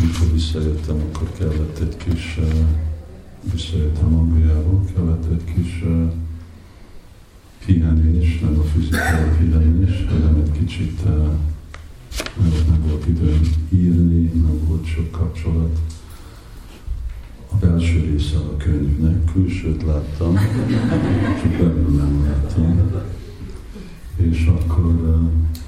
amikor visszajöttem, akkor kellett egy kis, visszajöttem Angliából, kellett egy kis pihenés, nem a fizikai pihenés, hanem egy kicsit, mert nem volt időm írni, nem volt sok kapcsolat. A belső része a könyvnek, külsőt láttam, csak belül nem láttam. És akkor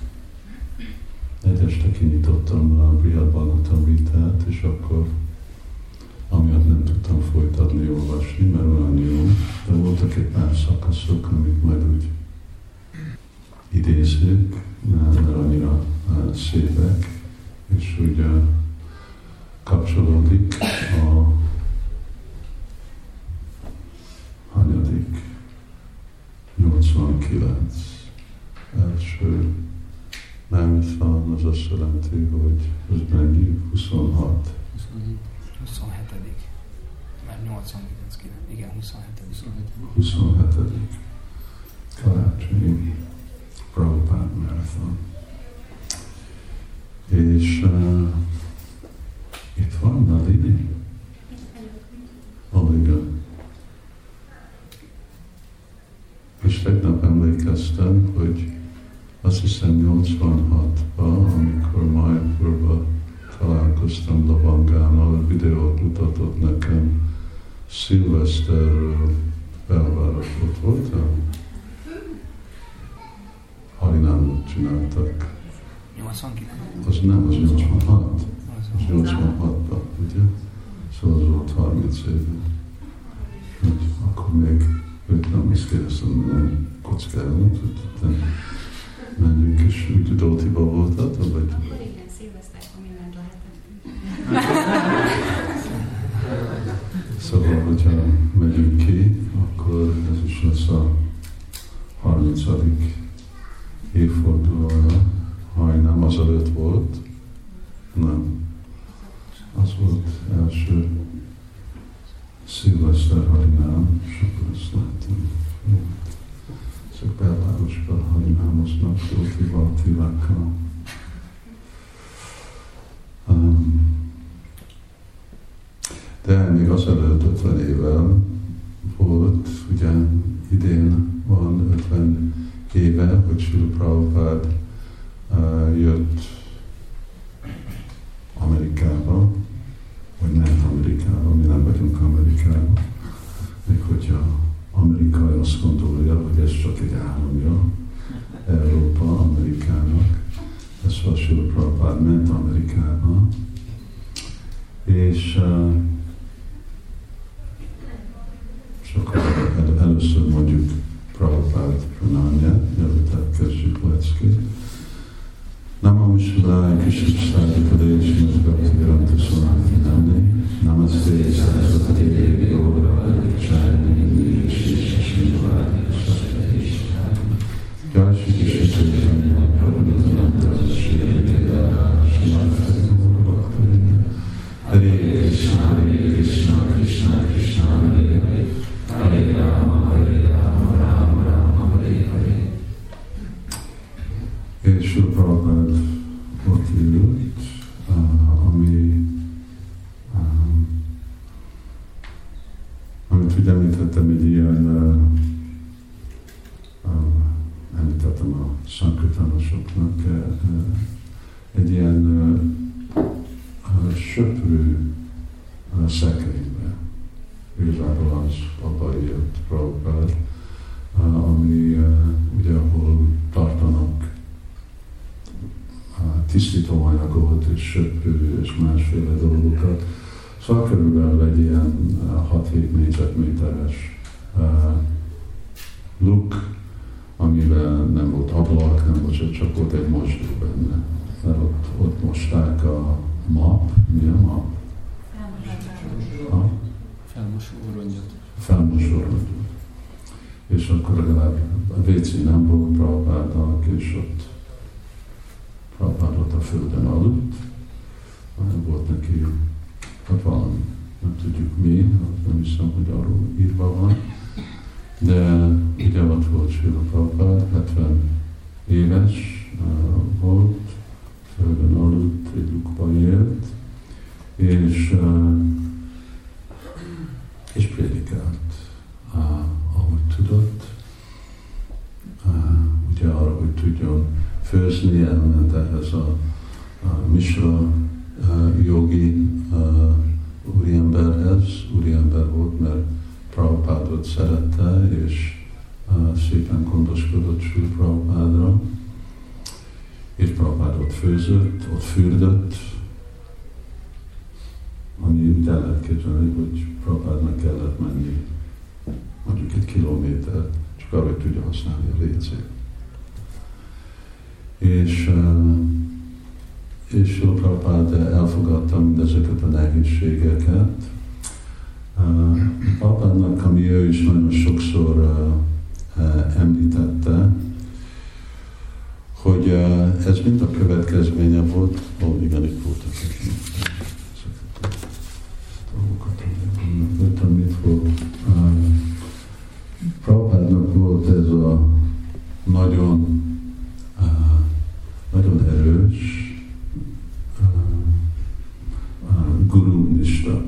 egy este kinyitottam a Brihad Bhagavatam-vitát, és akkor amiatt nem tudtam folytatni, olvasni, mert olyan jó, de voltak egy pár szakaszok, amit majd úgy idézzük, mert annyira szépek, és úgy kapcsolódik a hanyadik 89 első Mámithán, az azt jelenti, hogy ez mennyi? 26. 27. Már 89, igen, 27. 27. Karácsonyi Prabhupád Marathon. És itt van Nalini? Igen. És tegnap emlékeztem, hogy azt hiszem 86-ban, amikor Mayapurban találkoztam Lavangánál, videót mutatott nekem szilveszterről Belváros, ott voltam? Harinámot csináltak. 89? Az nem, az 86. Az 86-ban, ugye? Szóval az volt 30 éve. Akkor még őt nem is kérdeztem, nem kockázom, hogy menjünk, és úgy Dótiba voltad, vagy? Akkor igen, szilveszterkor mindent lehetett. Szóval, hogyha megyünk ki, akkor ez is lesz a 30. évfordulóra. Hajnám azelőtt volt? Nem. Az volt első szilveszter Harinám, és akkor ezt láttam. Csak belvárosban harinámoznak, Dótival, Tilákkal. De még azelőtt 50 évvel volt, ugye idén van 50 éve, hogy Srila Prabhupád jött Amerikába, vagy nem Amerikába, mi nem vagyunk Amerikában. Még hogyha Amerikai azt gondolja, hogy ez csak egy államja, Európa Amerikának, ez a Srila Prabhupád ment Amerikába, és akkor először mondjuk Prabhupád Pranányát, mielőtt kezdjük leckét. Namo Shivaya Krishna Kadesh Bhakti Swami Nami Namaste Saraswati Devi Gaura Chayani Shri Shivaya Jai Shri Krishna Chaitanya Prabhu Nityananda Shri Advaita Shri Hare Krishna Krishna Krishna Hare Hare Hare Rama Rama Rama Hare Hare. És Srila Prabhupád ott ült, amit úgy említettem, egy ilyen, említettem a szankritánosoknak, egy ilyen söprű szekrénybe. Igazából az abba jött Prabhupád, ami ugye ahol tartanak tisztítóanyagot és söprű és másféle dolgokat. Szóval körülbelül egy ilyen 6-7 négyzetméteres luk, amivel nem volt ablak, nem volt, csak volt egy mosdó benne. Mert ott mosták a map, mi a map? Felmosó rongyot. Felmosó rongyot. És akkor legalább a WC nem volt Prabhupádnak, és ott Prabhupád ott a földön aludt, volt neki, hát valami, nem tudjuk mi, nem hiszem, hogy arról írva van, de ugye ott volt Srila Prabhupád, 70 éves volt, földön aludt, egy lukba élt, és prédikált, ahogy tudott. Ugye arra, hogy tudjon főzni, elment ehhez a Mishra jogi úriemberhez. Úriember volt, mert Prabhupádot szerette, és szépen gondoskodott Sri Prabhupádra. És Prabhupád ott főzött, ott fürdött, ami úgy el lehet képzelni, hogy Prabhupádnak kellett menni mondjuk 1 kilométert, csak arra, hogy tudja használni a WC-t. És Srila Prabhupád elfogadta mindezeket a nehézségeket. Prabhupádnak, ami ő is nagyon sokszor említette, hogy ez mind a következménye volt, igen, itt voltak dolgokat, mit fog. Prabhupádnak volt ez a nagyon erős guru nista.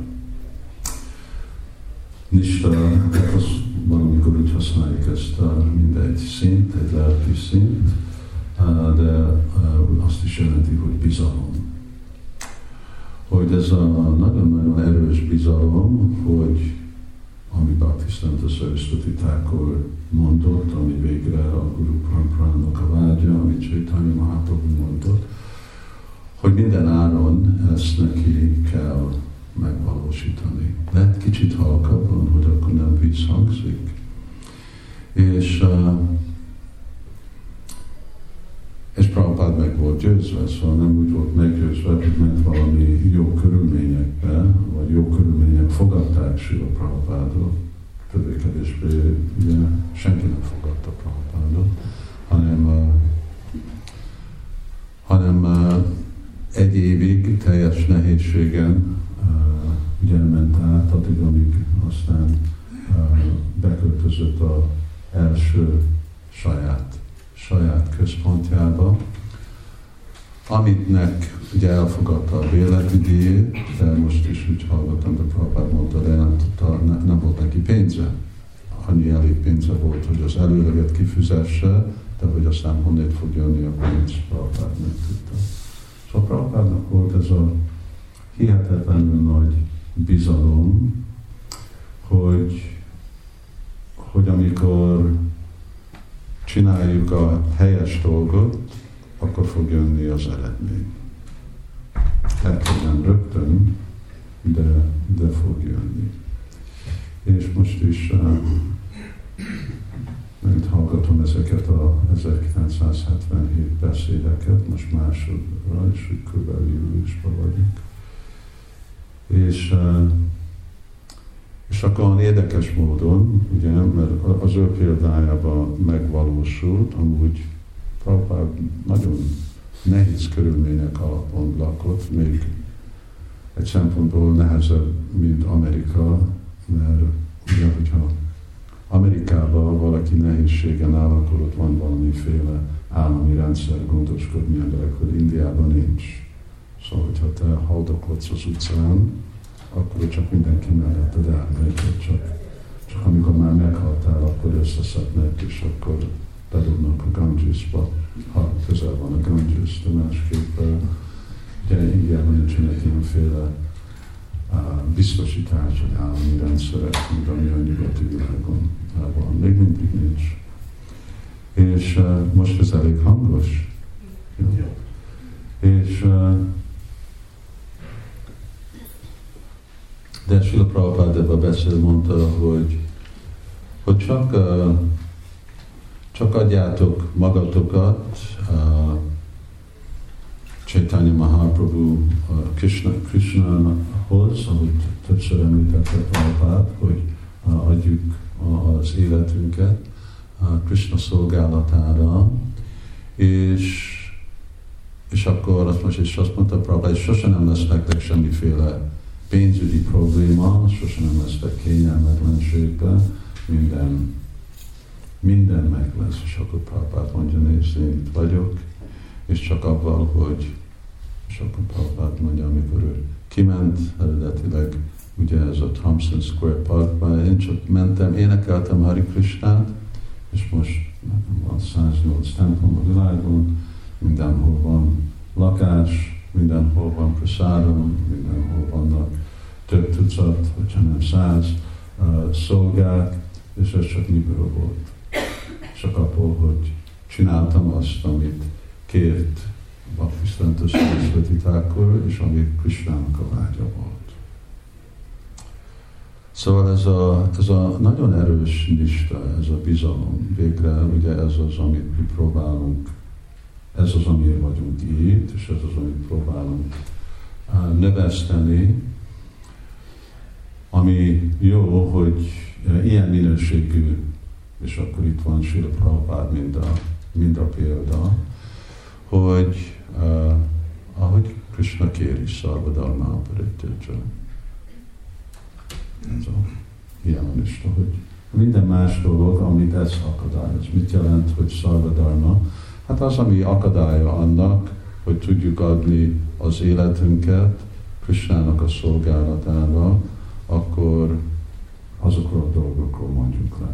Nista, az valamikor úgy használjuk ezt mint egy szint, egy lelki szint, de azt is jelenti, hogy bizalom. Hogy ez a nagyon-nagyon erős bizalom, hogy ami Bhaktisiddhanta Saraswati Thakur mondott, ami végre a Guru Paramparának a vágya, amit Chaitanya Mahaprabhu mondott, hogy minden áron ezt neki kell megvalósítani. Lehet kicsit halkabban, hogy akkor nem visszhangzik. És Prabhupád meg volt győzve, szóval nem úgy volt meggyőzve, hogy ment valami jó körülményekbe, vagy jó körülmények fogadták Srila Prabhupádot. Többé-kevésbé ugye senki nem fogadta Prabhupádot, hanem 1 évig teljes nehézségen ugye ment át, addig, amíg aztán beköltözött az első saját központjába, amitnek ugye elfogadta a béleti díjét, de most is úgy hallgattam, de Prabhupád mondta, de nem volt neki pénze. Annyi elég pénze volt, hogy az előleget kifizesse, de hogy aztán honnét fog jönni a pénz, Prabhupád nem tudta. Szóval Prabhupádnak volt ez a hihetetlenül nagy bizalom, hogy amikor csináljuk a helyes dolgot, akkor fog jönni az eredmény. Hát, hogy nem rögtön, de fog jönni. És most is mert hallgatom ezeket a 1977 beszédeket, most másodra is, hogy kb. Júliusban vagyunk. És akkor olyan érdekes módon, ugye, mert az ő példájában megvalósult, amúgy Prabhupád nagyon nehéz körülmények alapon lakott, még egy szempontból nehezebb, mint Amerika, mert ugye, hogyha Amerikában valaki nehézségen áll, akkor ott van valamiféle állami rendszer gondoskodni emberekről, Indiában nincs. Szóval, hogyha te haldoklodsz az utcán, akkor csak mindenki melletted elmegy, csak amikor már meghaltál, akkor összeszednek, és akkor bedobnak a Gangesba, ha közel van a Ganges, de másképp ugye Indiában nincsenek ilyenféle biztosítás, vagy állami rendszerek, mint ami a nyugati világon van. Még mindig nincs. És most ez elég hangos. Jó. De Srila Prabhupád ebben beszél, mondta, hogy csak adjátok magatokat Chaitanya Mahaprabhu Krishnához, ahogy többször említette Prabhupád, hogy adjuk az életünket Krishna szolgálatára, és akkor azt mondta Prabhupád, és sosem nem lesz nektek semmiféle pénzügyi probléma, sosem nem lesztek kényelmetlenségben, minden meg lesz, és akkor Prabhupád mondja, nézd, én itt vagyok, és csak És akkor Prabhupád mondja, amikor ő kiment eredetileg ugye ez a Thompson Square Parkban, én csak mentem, énekeltem Hari Krishnát, és most van 108 templom a világon, mindenhol van lakás, mindenhol van prasádom, mindenhol vannak több tucat, hogyha nem 100 szolgák, és ez csak miből volt. Csak abból, hogy csináltam azt, amit kért Bhaktisztanta Sarasvati Thakur, és ami Krishnának a vágya volt. Szóval ez a nagyon erős nista, ez a bizalom, végre ugye ez az, amit mi próbálunk, ez az, amiért vagyunk itt, és ez az, amit próbálunk növeszteni, ami jó, hogy ilyen minőségű, és akkor itt van Srila Prabhupád mind a példa, hogy ahogy Krishna kéri Sarvadharma Parityajya. Ez a jelenista, hogy minden más dolog, amit ez akadályoz. Mit jelent, hogy Sarvadharma? Hát az, ami akadálya annak, hogy tudjuk adni az életünket Krishnának a szolgálatára, akkor azokról a dolgokról mondjuk le.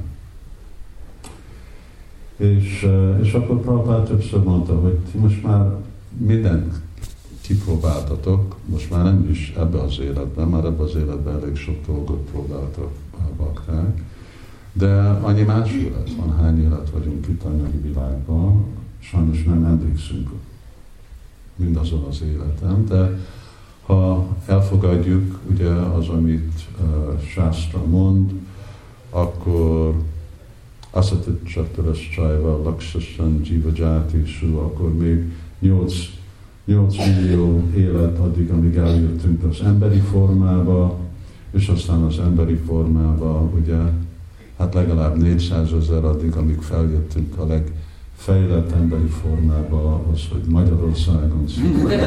És akkor Prabhupád többször mondta, hogy ti most már mindent kipróbáltatok, most már nem is ebbe az életben, már ebbe az életben elég sok dolgot próbáltak a bakták, de annyi más élet van, hány élet vagyunk itt anyagi világban, sajnos nem emlékszünk mindazon az életem, de ha elfogadjuk ugye az, amit Sásztra mond, akkor Asatit Csatarascsajva, Laksasan Jivajáti Su, akkor még 8 millió élet addig, amíg eljöttünk az emberi formába, és aztán az emberi formába, ugye, hát legalább 400 000 addig, amíg feljöttünk a legfejlett emberi formába, az, hogy Magyarországon született.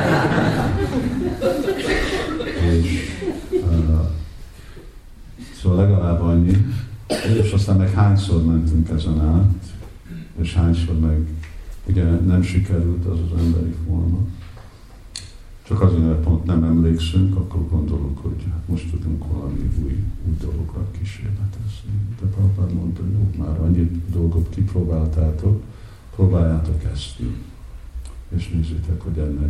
És szóval legalább annyi, és aztán meg hányszor mentünk ezen át, és hányszor meg ugye nem sikerült az az emberi forma. Csak azért, mert pont nem emlékszünk, akkor gondolunk, hogy hát most tudunk valami új dologra kísérletezni. De Prabhupád mondta, hogy jó, már annyi dolgot kipróbáltátok, próbáljátok ezt így. És nézzétek, hogy ennek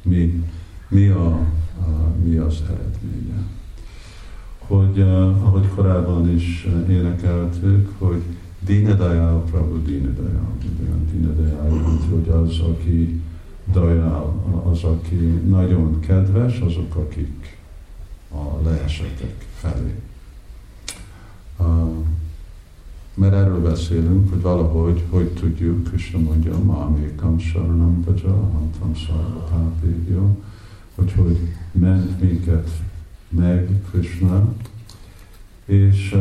mi az eredménye. Hogy ahogy korábban is énekeltük, hogy Dínedayal, Prabhu Dínedayal. Dínedayal, hogy az, aki dajál, az, aki nagyon kedves, azok, akik a leesettek felé. Mert erről beszélünk, hogy valahogy, hogy tudjuk, Krishna mondja, Mámékam Saranam Bhaja, Antam Sarvatápégyo, hogy ment minket meg Krishna, és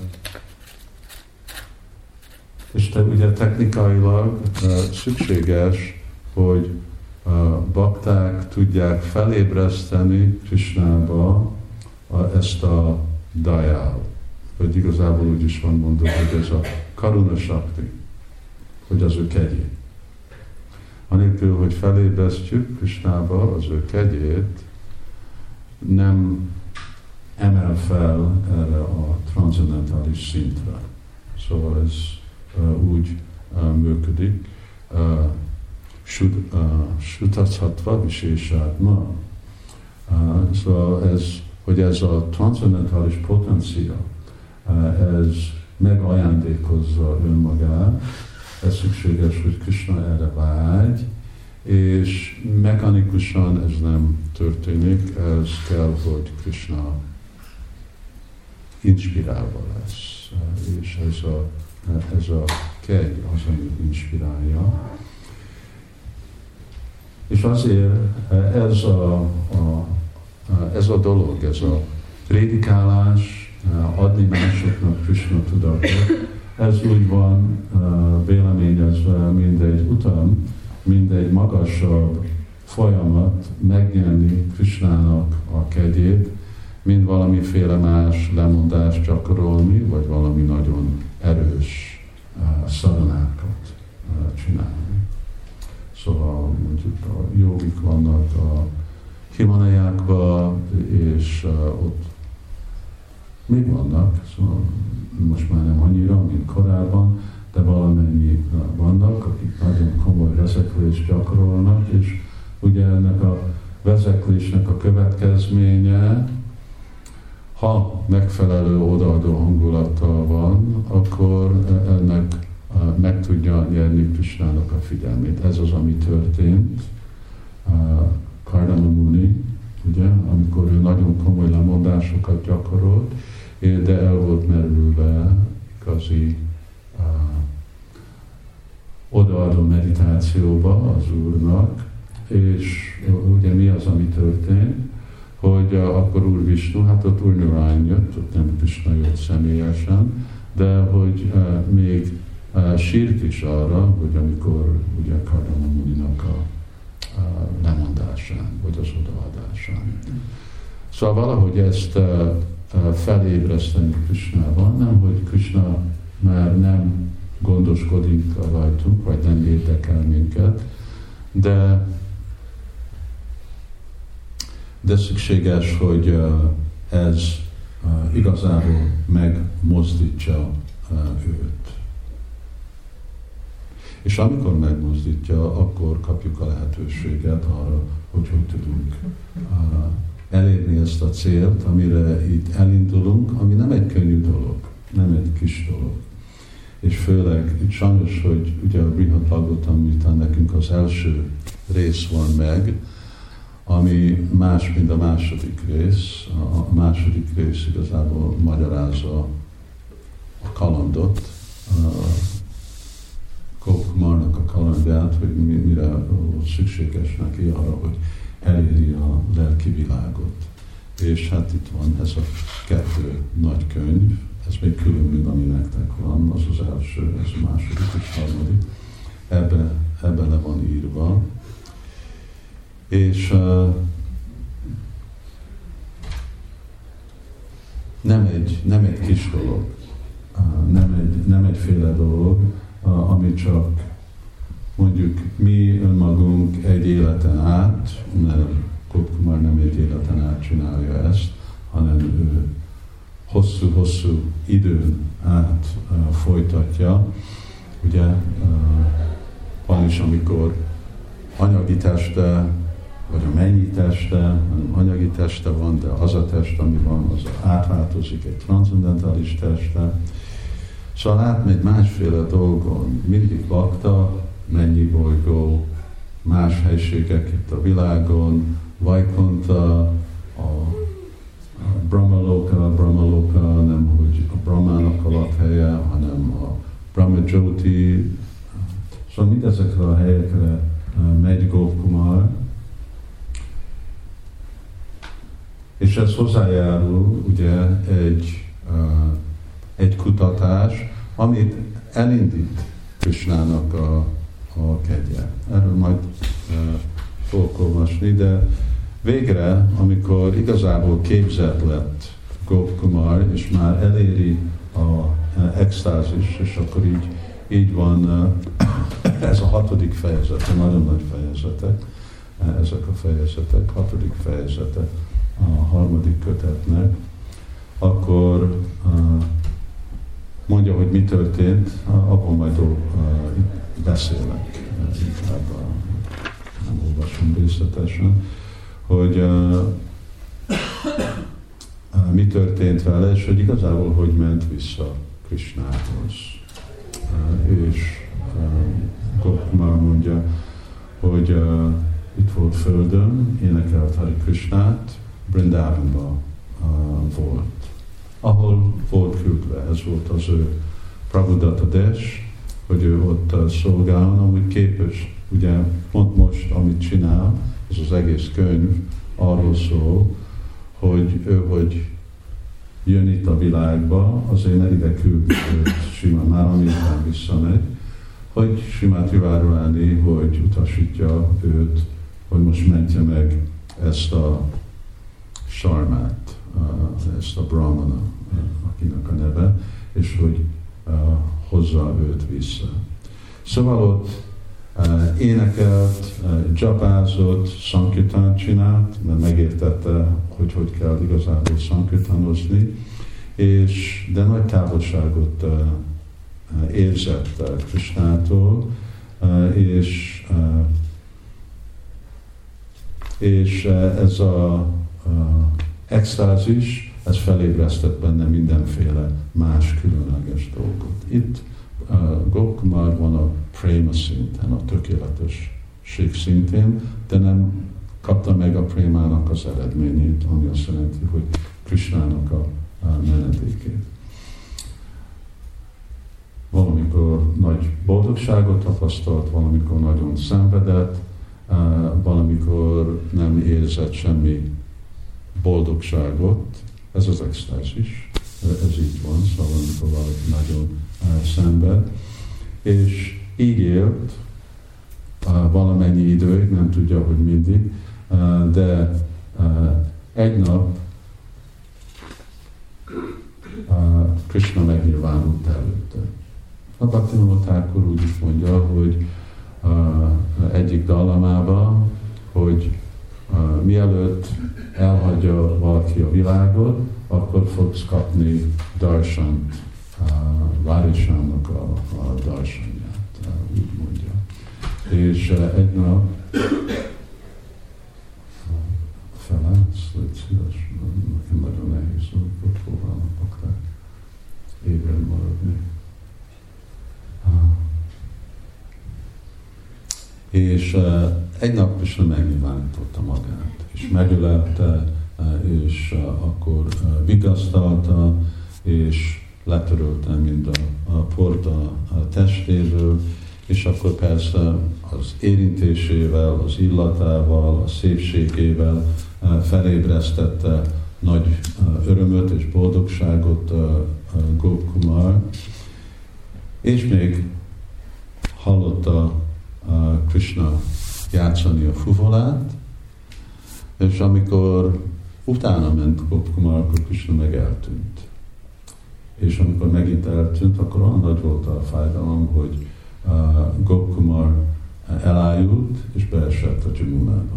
te ugye technikailag szükséges, hogy bakták tudják felébreszteni Krishnába ezt a dajál. Vagy igazából úgy is van mondva, hogy ez a karuna sakti, hogy az ő kegyét. Anélkül, hogy felébresztjük Krishnába az ő kegyét, nem emel fel erre a transzendentális szintre. Szóval ez úgy működik. Sutachatva visésátma. Szóval ez a transzendentális potencia, ez megajándékozza önmagát, ez szükséges, hogy Krishna erre vágy, és mechanikusan ez nem történik, ez kell, hogy Krishna inspirálva lesz. És ez a kegy az, ami inspirálja. És azért ez a dolog, ez a prédikálás, adni másoknak Krishna tudatot, ez úgy van véleményezve, mint egy utam, mint egy magasabb folyamat megnyerni Krishnának a kegyét, mint valamiféle más lemondást gyakorolni, vagy valami nagyon erős szaranákat csinálni. Szóval mondjuk a jogik vannak a Himalajákban, és ott még vannak, szóval most már nem annyira, mint korábban, de valamennyi vannak, akik nagyon komoly vezeklést gyakorolnak, és ugye ennek a vezeklésnek a következménye, ha megfelelő odaadó hangulattal van, akkor ennek meg tudja nyerni Krisnának a figyelmét. Ez az, ami történt Kardama Muni, ugye, amikor ő nagyon komoly lemondásokat gyakorolt, de el volt merülve igazi odaadó meditációba az Úrnak, és ugye mi az, ami történt, hogy akkor Úr Vishnu, hát ott Úr Narayan jött, ott nem Krishna jött személyesen, de hogy még sírt is arra, hogy amikor ugye Kardama Muninak a lemondásán, vagy az odaadásán. Szóval valahogy ezt felébreszteni Krishnában, nem, hogy Krishna már nem gondoskodik rajtunk, vagy nem érdekel minket, de szükséges, hogy ez igazából megmozdítsa őt. És amikor megmozdítja, akkor kapjuk a lehetőséget arra, hogy tudunk elérni ezt a célt, amire itt elindulunk, ami nem egy könnyű dolog, nem egy kis dolog. És főleg itt sajnos, hogy ugye a Brihad Bhagavatam miután nekünk az első rész van meg, ami más, mint a második rész. A második rész igazából magyarázza a kalandot, Gopkumarnak a kalandját, hogy mire szükséges neki arra, hogy eléri a lelki világot. És hát itt van ez a 2 nagy könyv, ez még külön, mint ami nektek van, az az első, ez a második és harmadik. Ebbe le van írva. És nem egy kis dolog, nem egyféle dolog, ami csak mondjuk mi önmagunk egy életen át, mert Gopkumar nem egy életen át csinálja ezt, hanem ő hosszú-hosszú időn át folytatja. Ugye van is, amikor anyagi teste, vagy a mennyi teste, hanem anyagi teste van, de az a test, ami van, az átváltozik egy transzendentális testre. Szóval átmegy másféle dolgon, mindig bakta, mennyi bolygó, más helységek itt a világon, Vaikunta, a Brahmaloka, nem hogy a Brahmának a lakhelye, hanem a Brahmajoti. Szóval mindezekre a helyekre megy Gopkumar, és ez hozzájárul ugye egy kutatás, amit elindít Krishnának a kegye. Erről majd fogok olvasni, de végre, amikor igazából képzett lett Gopkumar, és már eléri a extázis, és akkor így van, ez a 6. fejezete, nagyon nagy fejezetek, ezek a fejezetek, 6. fejezete a 3. kötetnek, akkor mondja, hogy mi történt, abban majd beszélek, inkább nem olvasom részletesen, hogy mi történt vele, és hogy igazából hogy ment vissza Krishnához. És Gopkumar mondja, hogy itt volt földön, énekelt Hari Krishnát, Brindavanban volt, ahol volt küldve, ez volt az ő Prabhudatta Desh, hogy ő ott szolgálna, amúgy képes, ugye pont most, amit csinál, ez az egész könyv arról szól, hogy ő, hogy jön itt a világba, azért ne ide küld simán, már amiután visszamegy, hogy simán Triváruráni, hogy utasítja őt, hogy most mentje meg ezt a sarmát, ezt a brahmana, akinek a neve, és hogy hozza őt vissza. Szóval ott énekelt, dzsapázott, sankirtánt csinált, mert megértette, hogy kell igazából sankirtánozni, de nagy távolságot érzett Krishnától, és ez a extázis, ez felébresztett benne mindenféle más különleges dolgot. Itt Gopkumar van a préma szinten, a tökéletesség szintén, de nem kapta meg a prémának az eredményét, ami azt jelenti, hogy Krishnának a menedékét. Valamikor nagy boldogságot tapasztalt, valamikor nagyon szenvedett, valamikor nem érzett semmi boldogságot. Ez az extázis, ez így van, szóval valamikor valaki nagyon szenved. És így élt valamennyi időig, nem tudja, hogy mindig, de egy nap Krishna megnyilvánult előtte. A Bhaktivinoda Thakur úgy is mondja, hogy egyik dallamában, hogy mielőtt elhagyja valaki a világot, akkor fogsz kapni darsant, Várisának a darsanját, úgy mondja. És egy nap felállsz, légy szíves, nekem nagyon nehéz, hogy próbálnak bakták ébren maradni. És egy nap is megnyilvánította magát, és megölelte, és akkor vigasztalta, és letörölte mind a port a testéből, és akkor persze az érintésével, az illatával, a szépségével felébresztette nagy örömöt és boldogságot Gopkumar, és még hallotta Krishna játszani a fuvolát, és amikor utána ment Gopkumar, akkor Krishna meg eltűnt. És amikor megint eltűnt, akkor olyan nagy volt a fájdalom, hogy Gopkumar elájult, és beesett a Jamunába.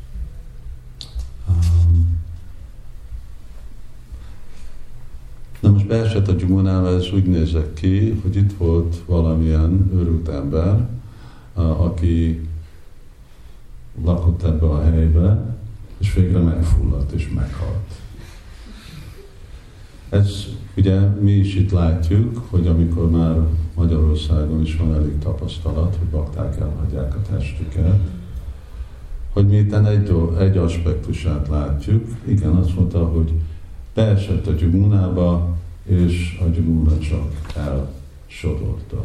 Na most beesett a Jamunába, ez úgy nézett ki, hogy itt volt valamilyen őrült ember, aki lakott ebbe a helybe, és végre megfulladt és meghalt. Ez ugye mi is itt látjuk, hogy amikor már Magyarországon is van elég tapasztalat, hogy bakták elhagyják a testüket, hogy mi itt egy aspektusát látjuk. Igen, azt mondta, hogy beesett a Jamunába, és a Jamuna csak elsodorta.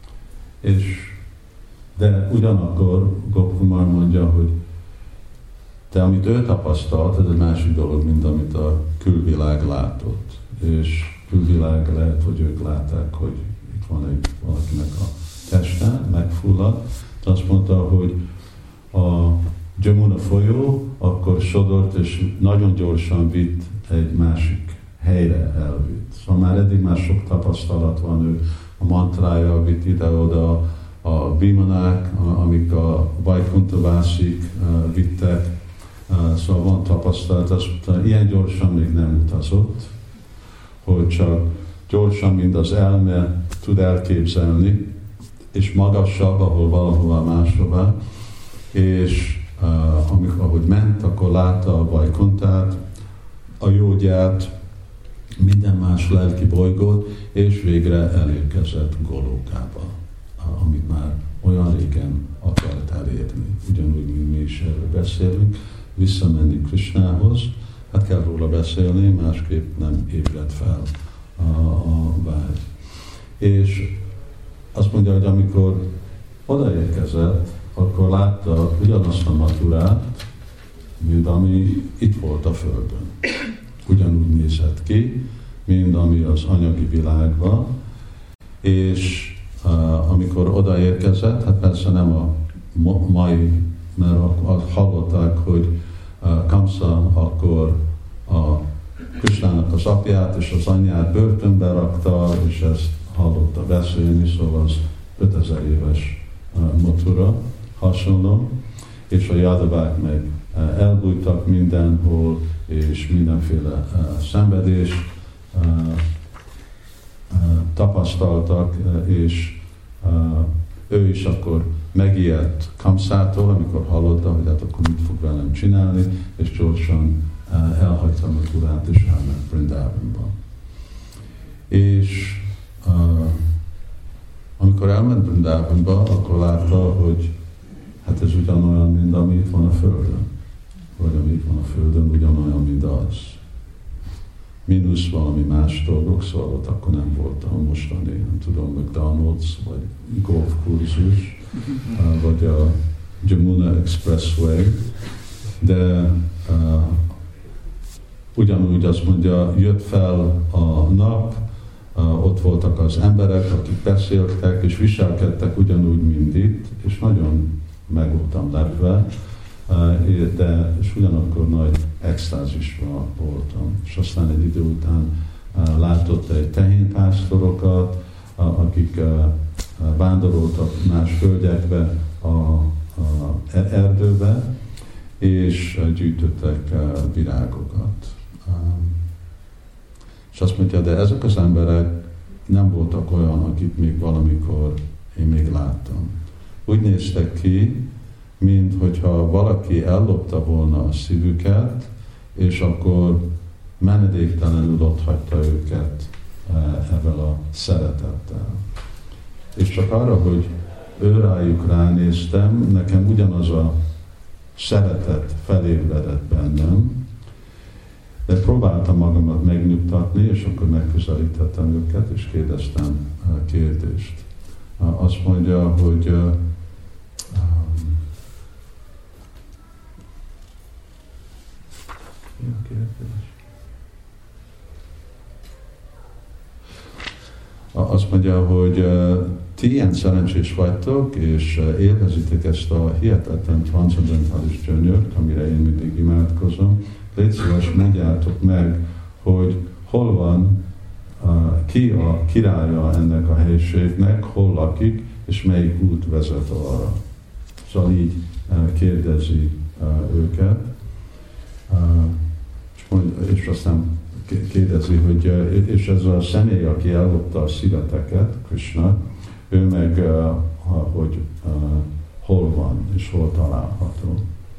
De ugyanakkor Gopkumar mondja, hogy de amit ő tapasztalt, ez egy másik dolog, mint amit a külvilág látott. És külvilág lehet, hogy ők látták, hogy itt van valakinek a teste, megfulladt. Azt mondta, hogy a Jamuna folyó akkor sodort, és nagyon gyorsan vitt egy másik helyre elvitt. Szóval már eddig már sok tapasztalat van, ő a mantrája vitt ide-oda, a bímanák, amik a Vaikuntavásik vittek, szóval van tapasztalat, azt mondta, ilyen gyorsan még nem utazott, hogy csak gyorsan, mint az elme tud elképzelni, és magasabb, ahol valahova máshová, és ahogy ment, akkor látta a Vaikuntát, a jógyát, minden más lelki bolygót, és végre elérkezett Golókába, amit már olyan régen akart elérni. Ugyanúgy, mint mi is erről beszélünk, visszamenni Krishnához, hát kell róla beszélni, másképp nem ébred fel a vágy. És azt mondja, hogy amikor odaérkezett, akkor látta ugyanazt a maturát, mint ami itt volt a Földön. Ugyanúgy nézett ki, mint ami az anyagi világban, és amikor odaérkezett, hát persze nem a mai, mert hallották, hogy Kamsa akkor a Krishnának az apját és az anyját börtönbe rakta, és ezt hallotta beszélni, szóval az 5000 éves Mathura, hasonló, és a Yadavák meg elbújtak mindenhol, és mindenféle szenvedés tapasztaltak, és ő is akkor megijedt Kamszától, amikor hallotta, hogy hát akkor mit fog velem csinálni, és gyorsan elhagyta Mathurát, és elment Vrindavanba. És amikor elment Vrindavanba, akkor látta, hogy hát ez ugyanolyan, mint ami itt van a Földön. Vagy ami itt van a Földön, ugyanolyan, mint az. Mínusz valami más dolgok, szóval ott akkor nem volt a mostani, nem tudom, McDonald's, vagy golfkurzus, vagy a Jamuna Expressway, de ugyanúgy azt mondja, jött fel a nap, ott voltak az emberek, akik beszéltek, és viselkedtek ugyanúgy, mint itt, és nagyon meg voltam lepve, de és ugyanakkor nagy extázisban voltam. És aztán egy idő után látott egy tehénpásztorokat, akik vándoroltak más földekbe, a erdőbe, és gyűjtöttek virágokat. És azt mondja, de ezek az emberek nem voltak olyan, akik még valamikor én még láttam. Úgy néztek ki, mint hogyha valaki ellopta volna a szívüket, és akkor menedéktelenül ott hagyta őket ezzel a szeretettel. És csak arra, hogy őrájuk ránéztem, nekem ugyanaz a szeretet felébredett bennem, de próbáltam magamat megnyugtatni, és akkor megközelítettem őket, és kérdeztem a kérdést. Azt mondja, hogy azt mondja, hogy ti ilyen szerencsés vagytok, és élvezitek ezt a hihetetlen transzendentális gyönyört, amire én mindig imádkozom. Légy szíves, mondjátok meg, hogy hol van, ki a királya ennek a helyiségnek, hol lakik, és melyik út vezet arra. Szóval így kérdezi őket. És aztán kérdezi, hogy és ez a személy, aki ellopta a szíveteket, Krishna, ő meg, hogy hol van, és hol található.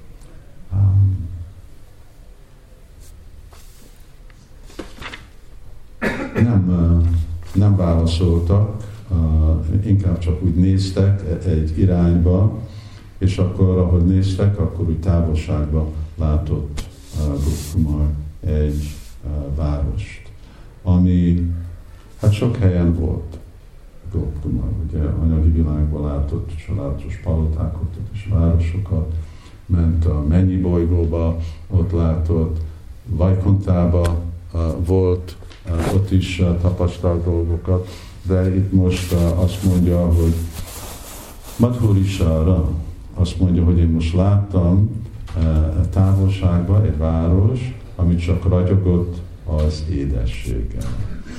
Nem válaszoltak, inkább csak úgy néztek egy irányba, és akkor, ahogy néztek, akkor úgy távolságban látott Gopkumar egy várost, ami hát sok helyen volt Gopkumar, ugye anyagi világban látott csodálatos palotákat és városokat, ment a Mennyi bolygóba, ott látott, Vajkuntába volt, ott is tapasztalt dolgokat, de itt most azt mondja, hogy Madhurisara, azt mondja, hogy én most láttam távolságban egy város, amit csak ragyogott az édességgel.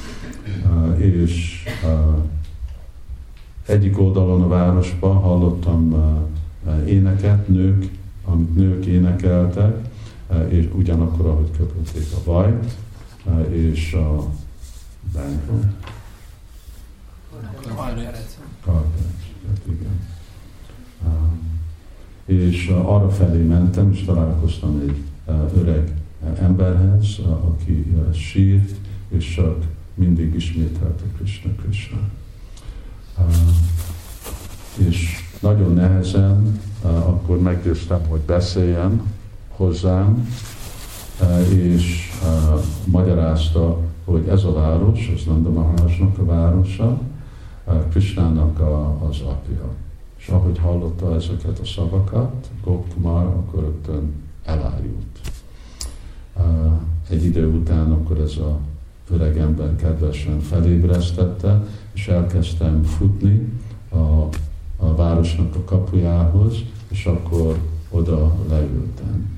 És egyik oldalon a városban hallottam éneket, amit nők énekeltek, és ugyanakkor, ahogy köpölték a vajt, és a bánkot. Igen. És arra felé mentem, és találkoztam egy öreg emberhez, aki sírt, és csak mindig ismételte Krishna, Krishna. És nagyon nehezen akkor meggyőztem, hogy beszéljen hozzám, és magyarázta, hogy ez a város, ez Nanda Maharajnak a városa, Krishnának az apja. És ahogy hallotta ezeket a szavakat, Gopkumar akkor rögtön elárult. Egy idő után akkor ez a öreg ember kedvesen felébresztette, és elkezdtem futni a városnak a kapujához, és akkor oda leültem.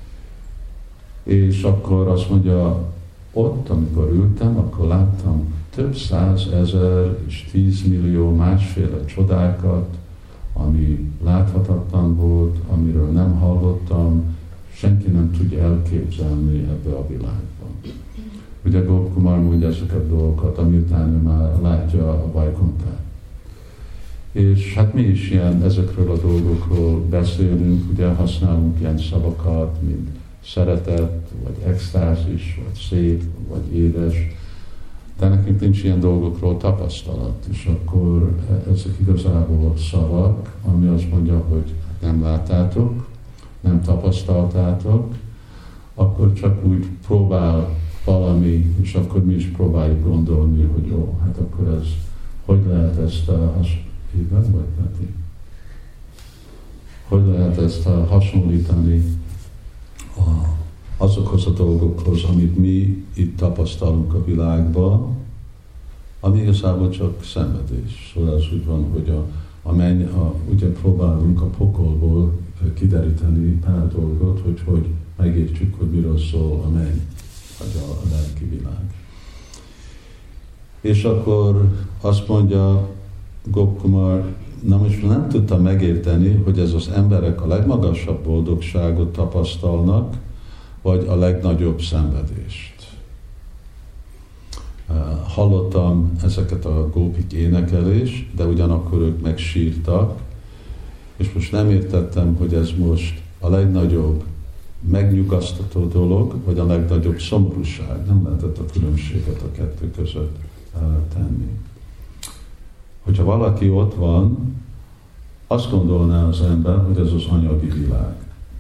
És akkor azt mondja, ott, amikor ültem, akkor láttam több 100 000 és 10 millió másféle csodákat, ami láthatatlan volt, amiről nem hallottam, senki nem tudja elképzelni ebbe a világban. Ugye Gopkumar mondja ezeket a dolgokat, amiután ő már látja a Vaikuntát. És hát mi is ilyen ezekről a dolgokról beszélünk, ugye használunk ilyen szavakat, mint szeretet, vagy extázis, vagy szép, vagy édes, de nekünk nincs ilyen dolgokról tapasztalat, és akkor ezek igazából szavak, ami azt mondja, hogy nem láttátok, nem tapasztaltátok, akkor csak úgy próbál valami, és akkor mi is próbáljuk gondolni, hogy jó, hát akkor ez, hogy lehet ezt hogy lehet ezt hasonlítani azokhoz a dolgokhoz, amit mi itt tapasztalunk a világban, ami igazából csak szenvedés. Szóval az úgy van, hogy ugye próbálunk a pokolból kideríteni pár dolgot, hogy megértsük, hogy miről szól a menny, vagy a lelki világ. És akkor azt mondja Gopkumar, na most nem tudtam megérteni, hogy ez az emberek a legmagasabb boldogságot tapasztalnak, vagy a legnagyobb szenvedést. Hallottam ezeket a gópik énekelést, de ugyanakkor ők megsírtak, és most nem értettem, hogy ez most a legnagyobb megnyugasztató dolog, vagy a legnagyobb szomorúság. Nem lehetett a különbséget a kettő között tenni. Hogyha valaki ott van, azt gondolná az ember, hogy ez az anyagi világ.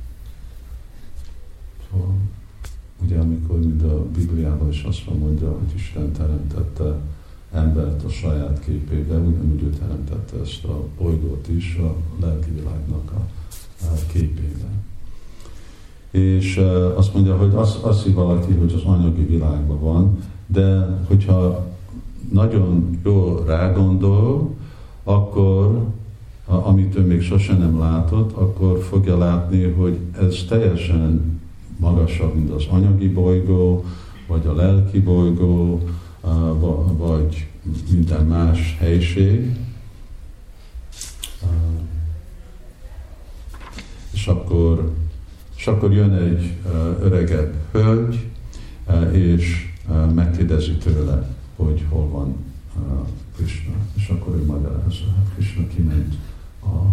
Szóval, ugye amikor mind a Bibliában is azt mondja, hogy Isten teremtette embert a saját képébe, ugyanúgy ő teremtette ezt a bolygót is a lelki világnak a képébe. És azt mondja, hogy azt hisz valaki, hogy az anyagi világban van, de hogyha nagyon jól rágondol, akkor, amit ő még sosem nem látott, akkor fogja látni, hogy ez teljesen magasabb, mint az anyagi bolygó, vagy a lelki bolygó, vagy minden más helység. És akkor jön egy öregebb hölgy, és megkérdezi tőle, hogy hol van Krishna. És akkor ő magyarázza, hát Krishna kiment a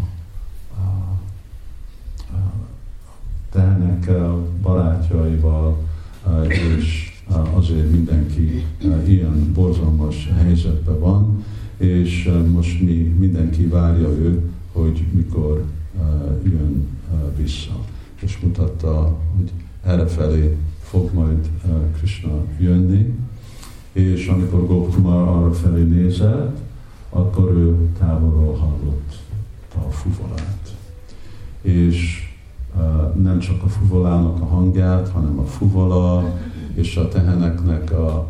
tehenekkel, barátjaival, és azért mindenki ilyen borzalmas helyzetben van, és most mindenki várja ő, hogy mikor jön vissza. És mutatta, hogy errefelé fog majd Krishna jönni, és amikor Gopkumar arra felé nézett, akkor ő távolról hallott a fuvolát. És nem csak a fuvolának a hangját, hanem a fuvola és a teheneknek a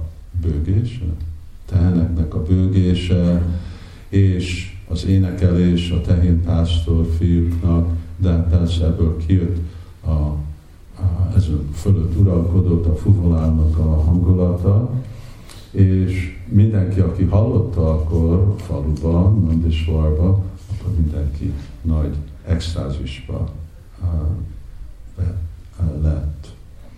bőgése, és az énekelés a tehénpásztor fiúknak, de persze ebből kijött ezen fölött uralkodott a fuvolának a hangulata, és mindenki, aki hallotta akkor faluban, Nandisvarba, akkor mindenki nagy extázisba lett.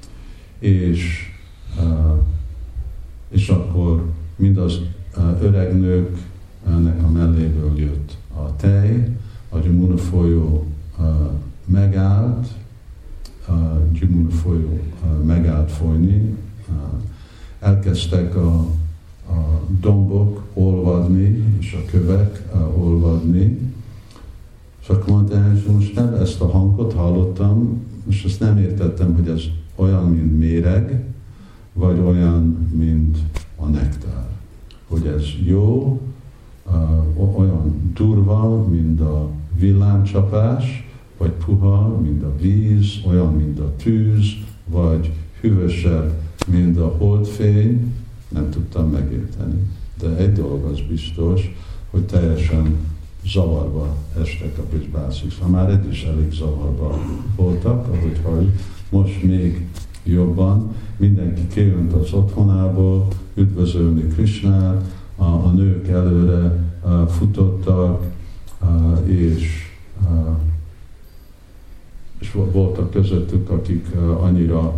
És akkor mindaz öreg nőknek a melléből jött a tej, a Jamuna folyó megállt, Jamuna folyó megállt folyni, elkezdtek a dombok olvadni, és a kövek olvadni, és akkor mondta, hogy most nem ezt a hangot hallottam, most ezt nem értettem, hogy ez olyan, mint méreg, vagy olyan, mint a nektár. Hogy ez jó, olyan durva, mint a villámcsapás, vagy puha, mint a víz, olyan, mint a tűz, vagy hűvösebb, mint a holdfény, nem tudtam megérteni. De egy dolog az biztos, hogy teljesen zavarba estek a Brisbászik. Már eddig is elég zavarba voltak, ahogy halljuk. Most még jobban. Mindenki kijönt az otthonából, üdvözölni Krishnát, a nők előre futottak, és és voltak közöttük, akik annyira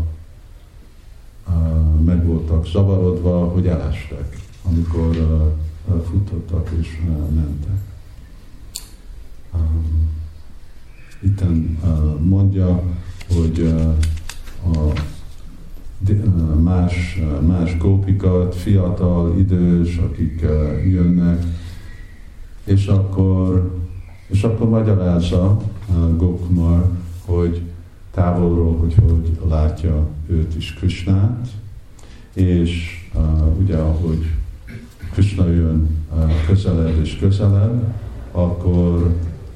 meg voltak zavarodva, hogy elestek, amikor futottak és mentek. Itten mondja, hogy más gópikat, fiatal, idős, akik jönnek, és akkor magyarázza Gopkumar, hogy távolról, hogy látja őt is Krishnát, és ugye ahogy Krishna jön közelebb és közelebb, akkor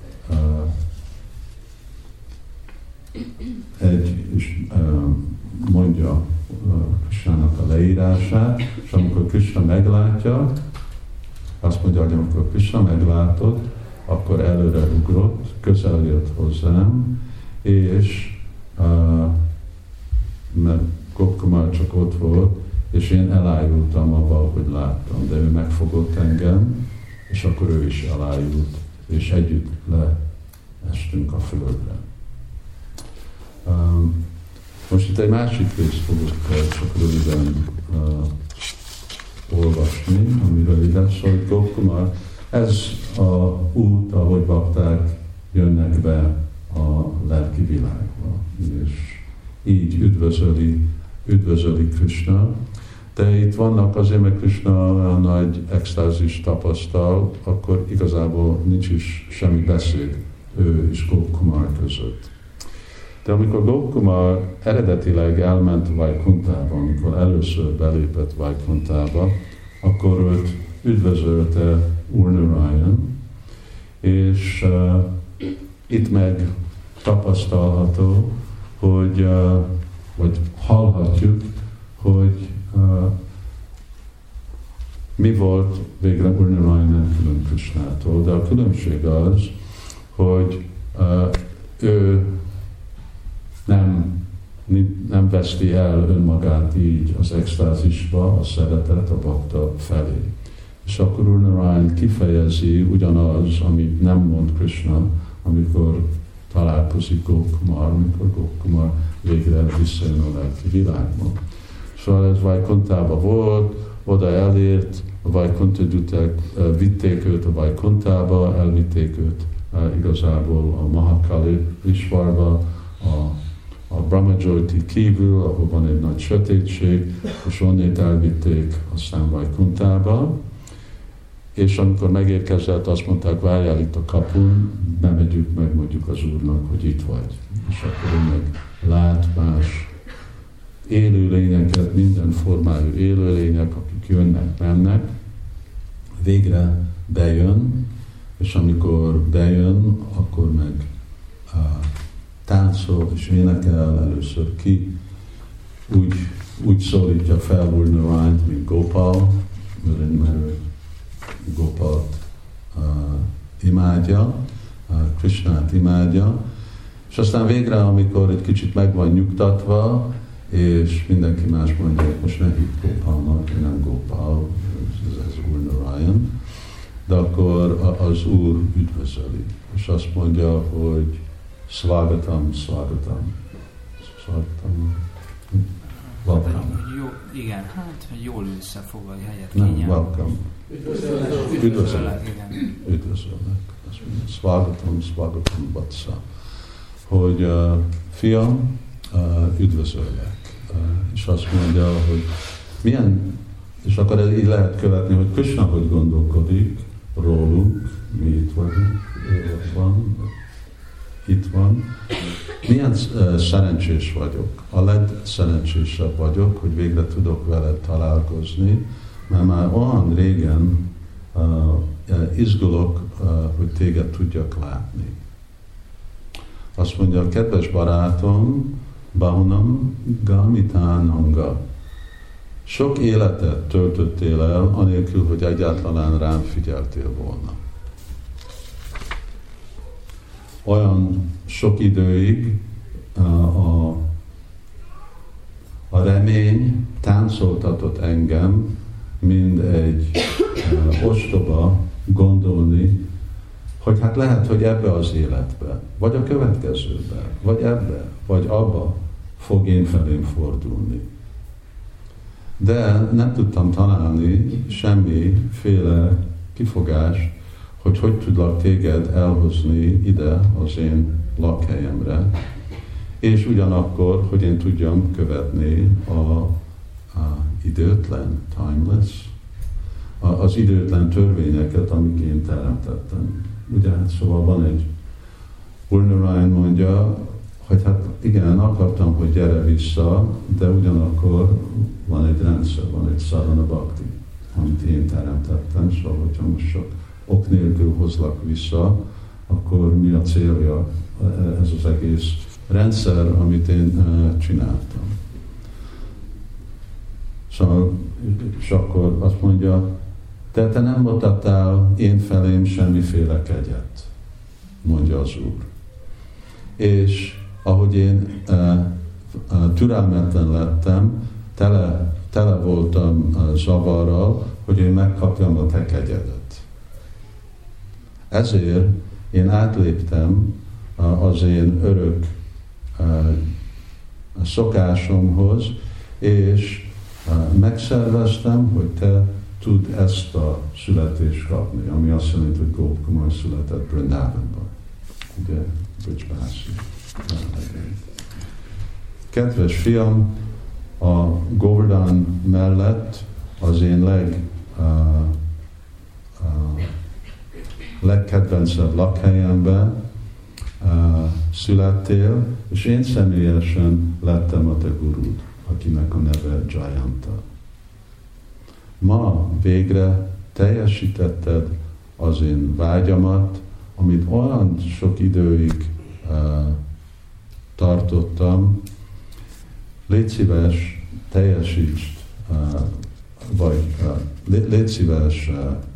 mondja Krishnának a leírását, és amikor Krishna meglátja, azt mondja, hogy amikor Krishna meglátott, akkor előre ugrott, közel jött hozzám, és mert Gopkumar csak ott volt, és én elájultam abba, hogy láttam, de ő megfogott engem, és akkor ő is elájult, és együtt leestünk a földre. Most itt egy másik részt fogok csak röviden olvasni, amiről ide szól, hogy Gopkumar, ez a út, ahogy bakták jönnek be a lelki világba, és így üdvözöli Krishna. De itt vannak azért, mert Krishna olyan nagy extázis tapasztal, akkor igazából nincs is semmi beszéd ő és Gopkumar között. De amikor Gopkumar eredetileg elment Vaikuntába, amikor először belépett Vaikuntába, akkor őt üdvözölte Úr Narayan, és itt meg tapasztalható, hogy, vagy hallhatjuk, hogy mi volt végre Úr Narayan külön Krishnától, de a különbség az, hogy ő nem veszti el önmagát így az extázisba, a szeretet a bakta felé. És akkor Úr Narayan kifejezi ugyanaz, amit nem mond Krishna, amikor találkozik Gopkumar, amikor Gopkumar végre visszajön a lelki világba. Szóval ez Vaikuntában volt, oda elért, a Vaikuntaduták vitték őt a Vaikuntába, elvitték őt igazából a Mahakali Vishvarba, a Brahmajyoti kívül, ahol van egy nagy sötétség, és onnét elvitték aztán Vaikuntába, és amikor megérkezett, azt mondták, várjál itt a kapun, bemegyünk, megmondjuk az Úrnak, hogy itt vagy. És akkor ő meg lát más élőlényeket, minden formájú élőlények, akik jönnek, mennek, végre bejön, és amikor bejön, akkor meg táncol és énekel először ki, úgy szólítja fel Úr Narayant, mint Gopal, mert Gopalt imádja, Krishnát imádja, és aztán végre, amikor egy kicsit meg van nyugtatva, és mindenki más mondja, hogy most ne hitt Gopalnak, nem Gopal, ez Úr Narayan, de akkor az Úr üdvözöli, és azt mondja, hogy Swagatam, Swagatam. Swagatam. Welcome. Jó, igen, hát jól összefoglalja helyet. Nem, welcome. Üdvözöllek. Üdvözöllek. Swagatam, Swagatam, Vatsa. Hogy fiam, üdvözöllek. És azt mondja, hogy milyen, és akkor így lehet követni, hogy Krishna hogy gondolkodik rólunk, mi itt vagyunk, itt van. Milyen szerencsés vagyok. A legszerencsésebb vagyok, hogy végre tudok veled találkozni, mert már olyan régen izgulok, hogy téged tudjak látni. Azt mondja, kedves barátom, Bahunam Gamitánanga. Sok életet töltöttél el, anélkül, hogy egyáltalán rám figyeltél volna. Olyan sok időig a remény táncoltatott engem, mint egy ostoba gondolni, hogy hát lehet, hogy ebbe az életbe, vagy a következőbe, vagy ebbe, vagy abba fog én felém fordulni. De nem tudtam találni semmiféle kifogást, hogy tudlak téged elhozni ide az én lakhelyemre, és ugyanakkor, hogy én tudjam követni a időtlen, timeless, az időtlen törvényeket, amik én teremtettem. Ugye, szóval van egy, Urnarayan mondja, hogy hát igen, akartam, hogy gyere vissza, de ugyanakkor van egy rendszer, van egy sadhana bhakti, amit én teremtettem, szóval hogyha most csak ok nélkül hozlak vissza, akkor mi a célja ez az egész rendszer, amit én csináltam. Szóval, és akkor azt mondja, te nem mutattál én felém semmiféle kegyet, mondja az Úr. És ahogy én türelmetlen lettem, tele voltam zavarral, hogy én megkapjam a te kegyedet. Ezért én átléptem az én örök szokásomhoz, és megszerveztem, hogy te tud ezt a születést kapni, ami azt jelenti, hogy Gopkumar született Vrindavanban. Ugye, Bridgebászi. Kedves fiam, a Govardhan mellett az én legkedvencebb lakhelyemben születtél, és én személyesen lettem a te gurud, akinek a neve Jayanta. Ma végre teljesítetted az én vágyamat, amit olyan sok időig tartottam. Légy szíves, teljesítsd, vagy légy szíves,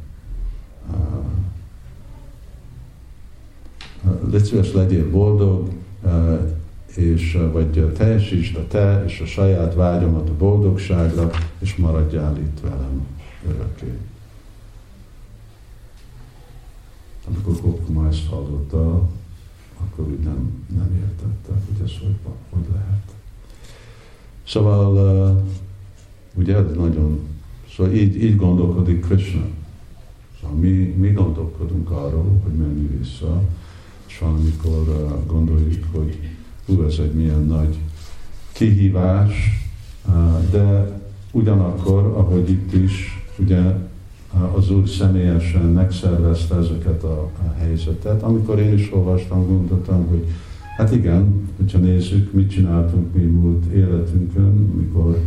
legyél boldog, és vagy teljesítsd a te és a saját vágyamat a boldogságra, és maradjál itt velem örökké. Amikor Gopkumar ezt hallotta, akkor úgy nem értette, hogy ez hogy lehet. Szóval, ugye ez nagyon, szóval így gondolkodik Krishna. Szóval mi gondolkodunk arról, hogy menjünk vissza, és valamikor gondoljuk, hogy ez egy milyen nagy kihívás, de ugyanakkor, ahogy itt is, ugye az Úr személyesen megszervezte ezeket a helyzetet. Amikor én is olvastam, gondoltam, hogy hát igen, hogyha nézzük, mit csináltunk mi múlt életünkön, mikor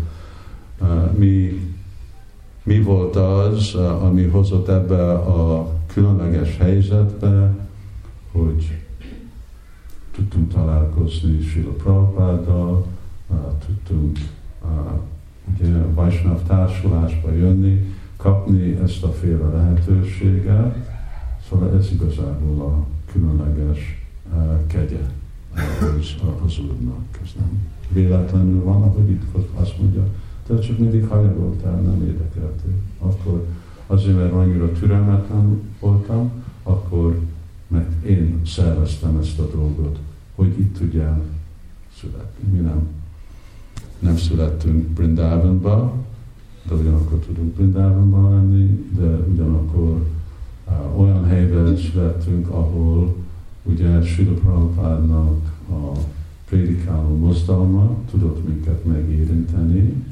mi volt az, ami hozott ebbe a különleges helyzetbe, hogy tudtunk találkozni Srila Prabhupáddal, tudtunk ugye Vaisnav társulásba jönni, kapni ezt a féle lehetőséget, szóval ez igazából a különleges kegye az Úrnak. Ez nem véletlenül van, ahogy itt azt mondja, te csak mindig hanyagoltál, nem érdekeltél. Akkor azért, mert annyira türelmetlen voltam, akkor mert én szerveztem ezt a dolgot, hogy itt tudjál születni. Mi nem születtünk Vrindavanba, de ugyanakkor tudunk Vrindavanban lenni, de ugyanakkor olyan helyben születtünk, ahol ugye Srila Prabhupádnak a prédikáló mozdalma tudott minket megérinteni,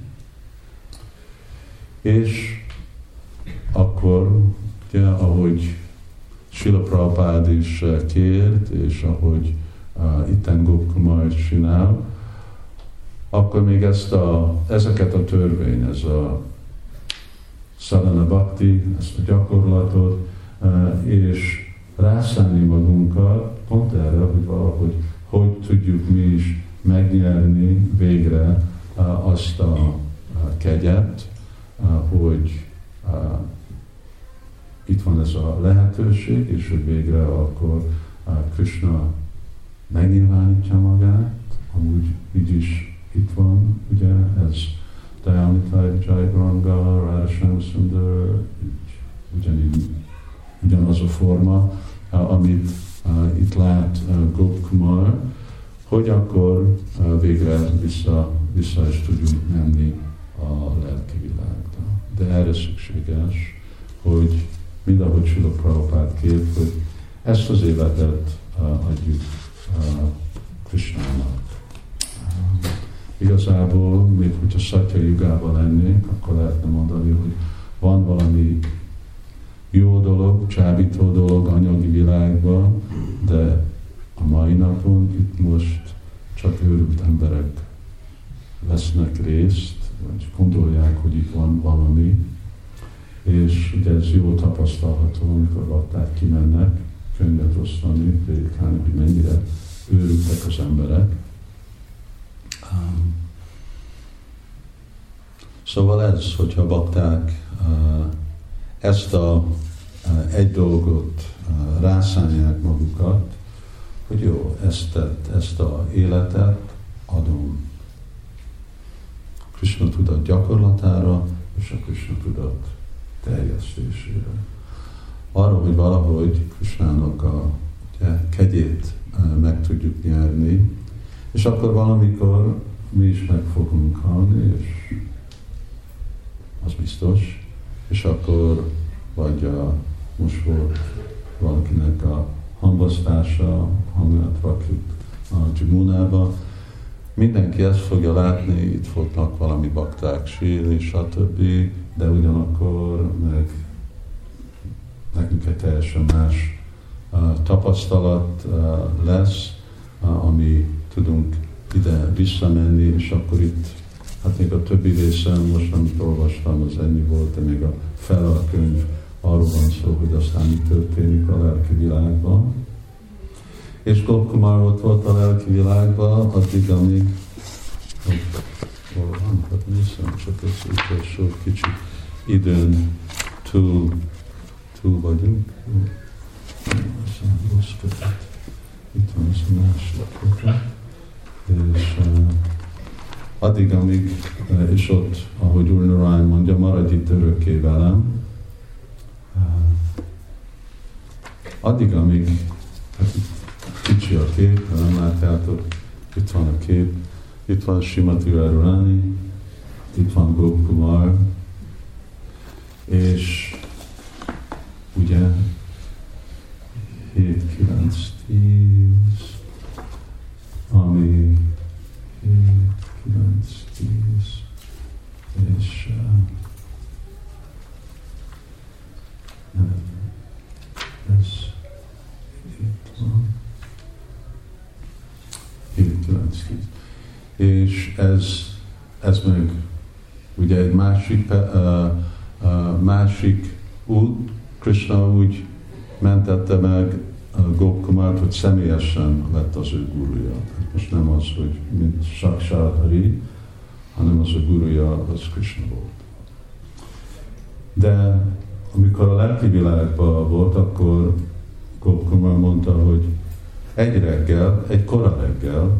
és akkor, ugye, ahogy Srila Prabhupád is kért, és ahogy itten Gopkumar is csinál, akkor még ezeket a törvény, ez a sadhana bhakti, ezt a gyakorlatot, és rászállni magunkat pont erre, hogy valahogy hogy tudjuk mi is megnyerni végre azt a kegyet, hogy itt van ez a lehetőség, és hogy végre akkor Krishna megnyilvánítja magát, amúgy így is itt van, ugye, ez Dayamita Jaigranga, Radha Sundar, ugyanaz a forma, ami amit itt lát Gopkumar, hogy akkor végre vissza is tudjunk menni a lelki világba. De erre szükséges, hogy mindahogy Srila Prabhupád kép, hogy ezt az életet adjuk Krishnának. Igazából, még hogyha Szatya Jugában lennénk, akkor lehetne mondani, hogy van valami jó dolog, csábító dolog anyagi világban, de a mai napon itt most csak őrült emberek vesznek részt, vagy gondolják, hogy itt van valami, és ugye ez jól tapasztalható, amikor bakták kimennek könyvet osztani, prédikálni, hogy mennyire őrültek az emberek. Szóval ez, hogyha bakták ezt egy dolgot rászánják magukat, hogy jó, ezt a életet adom Krishna tudat gyakorlatára és a Krishna tudat terjesztésére. Arra, hogy valahogy Krishnának a kegyét meg tudjuk nyerni, és akkor valamikor mi is meg fogunk halni, és az biztos, és akkor vagy most volt valakinek a hangoztása, hangját rakjuk a Jamunába, mindenki ezt fogja látni, itt fognak valami bakták sírni, stb., de ugyanakkor nekünk egy teljesen más tapasztalat lesz, ami tudunk ide visszamenni, és akkor itt, hát még a többi részen, most amit olvastam, az ennyi volt, de még a fele a könyv arról van szó, hogy aztán mi történik a lelki világban. És Gopkumar ott volt a lelki világban, addig, amíg hol van, hát nézem, csak ez utolsó kicsit időn túl vagyunk. Rossz kötet. Itt van ez a másik kötet. És addig, amíg, és ott, ahogy Úr Narayan mondja, maradj itt örökké velem. Addig, amíg, hát kicsi a kép, nem látjátok, itt van a kép, itt van Srimati Radharani, itt van Gopkumar, és ugye 7, 9, 10, ami 7, 9, 10, és ez itt van. 7, 9, 10. És ez meg ugye egy másik út, Krishna úgy mentette meg Gopkumart, hogy személyesen lett az ő guruja. Most nem az, hogy mint Sakshat Hari, hanem az a guruja, az Krishna volt. De amikor a lelki világban volt, akkor Gopkumar mondta, hogy egy kora reggel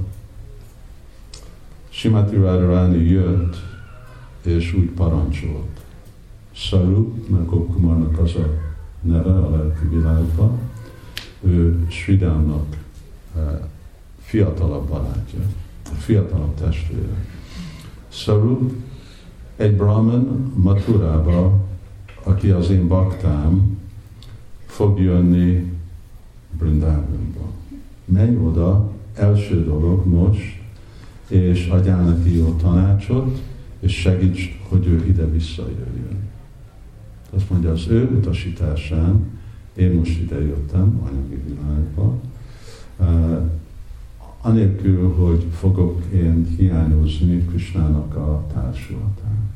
Srimati Radharani jött, és úgy parancsolt. Sarup, mert Gopkumarnak az a neve a lelki világban, ő Sridhamnak fiatalabb barátja, fiatalabb testvére. Sarup egy brahman Mathurába, aki az én baktám, fog jönni Brindávonba. Menj oda, első dolog most, és adjál neki jó tanácsot, és segíts, hogy ő ide visszajöjjön. Azt mondja, az ő utasításán én most ide jöttem anyagi világba, anélkül, hogy fogok én hiányozni Krishnának a társulatán.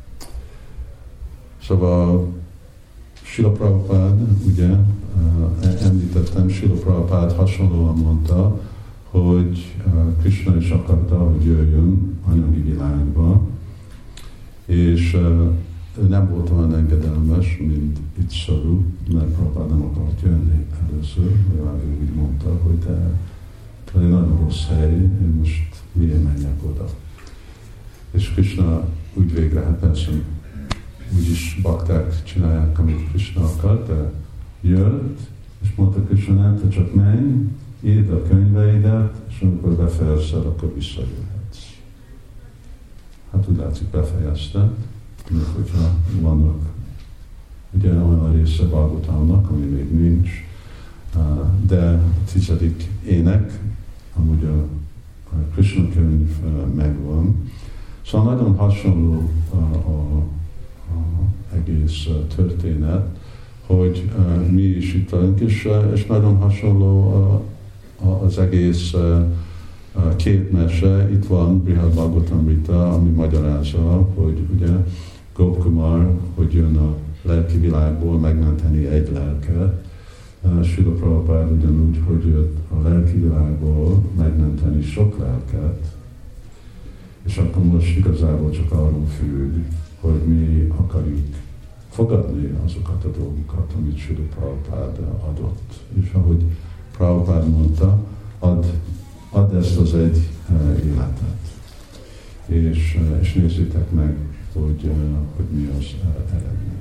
Szóval Srila Prabhupád, ugye, említettem, Srila Prabhupád hasonlóan mondta, hogy Krishna is akarta, hogy jöjjön anyagi világba, és ő nem volt olyan engedelmes, mint itt Sarup, mert Prabhupád nem akart jönni először, mert ő úgy mondta, hogy de egy nagyon rossz hely, én most miért menjek oda. És Krishna úgy végre, hát persze úgyis bakták csinálják, amit Krishna akar, de jött, És mondta Krishna, te csak menj, írd a könyveidet, és amikor befejezed, akkor visszajöhetsz. Hát úgy látszik, befejezte, még hogyha vannak ugye olyan része Bhagavatamnak, ami még nincs, de a 10. ének, amúgy a Krishna könyv megvan. Szóval nagyon hasonló a egész történet, hogy mi is itt vagyunk, és nagyon hasonló az egész két mese. Itt van Brihad Bhagavatamrita, ami magyarázza, hogy ugye Gopakumar, hogy jön a lelki világból megmenteni egy lelket. Srila Prabhupád ugyanúgy, hogy jött a lelki világból megmenteni sok lelket, és akkor most igazából csak arról függ, hogy mi akarjuk fogadni azokat a dolgokat, amit Srila Prabhupád adott. És ahogy Prabhupád mondta, add ezt az egy életet. És nézzétek meg, hogy mi az eredmény.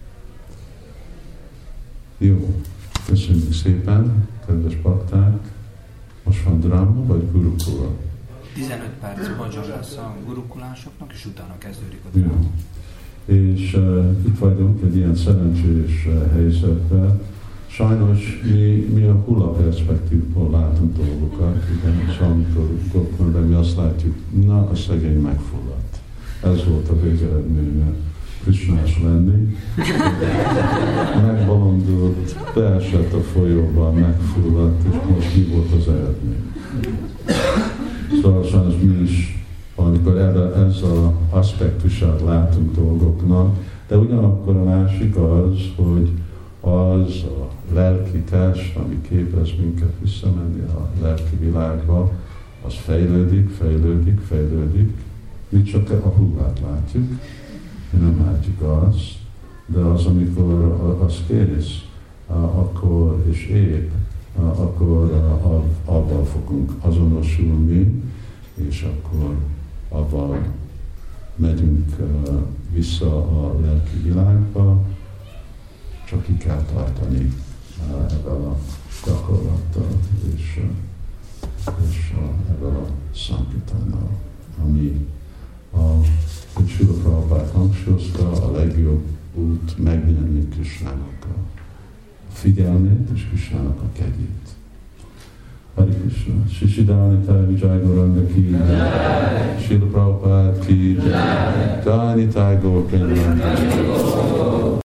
Jó, köszönjük szépen, kedves bakták. Most van dráma, vagy gurukula? 15 perc bhajan lesz a gurukulásoknak, és utána kezdődik a dráma. Jó. És itt vagyunk egy ilyen szerencsés helyzetben. Sajnos mi a hula perspektívból látunk dolgokat, igen, és amikor mi azt látjuk, na, a szegény megfulladt. Ez volt a végeredménye Krishnás lenni. Megbolondult, beesett a folyóba, megfulladt, és most mi volt az eredmény. Szóval sajnos mi is, amikor ezzel az aspektusát látunk dolgoknak, de ugyanakkor a másik az, hogy az a lelki test, ami képez minket visszamenni a lelki világba, az fejlődik. Mi csak a hullát látjuk, mi nem látjuk azt, de az, amikor az kész, akkor és épp, akkor abban fogunk azonosulni, és akkor avval megyünk vissza a lelki világba, csak ki kell tartani ebben a gyakorlattal és ebben a szankirtánnal, ami hogy Srila Prabhupád hangsúlyozta, a legjobb út megnyerni Krishnának a figyelmét és Krishnának a kegyét. Hare Krishna. Sisiddhánita Vijay Gauranga ki jai, Srila Prabhupád ki jai, Jai Nitai Gaur Premanandi.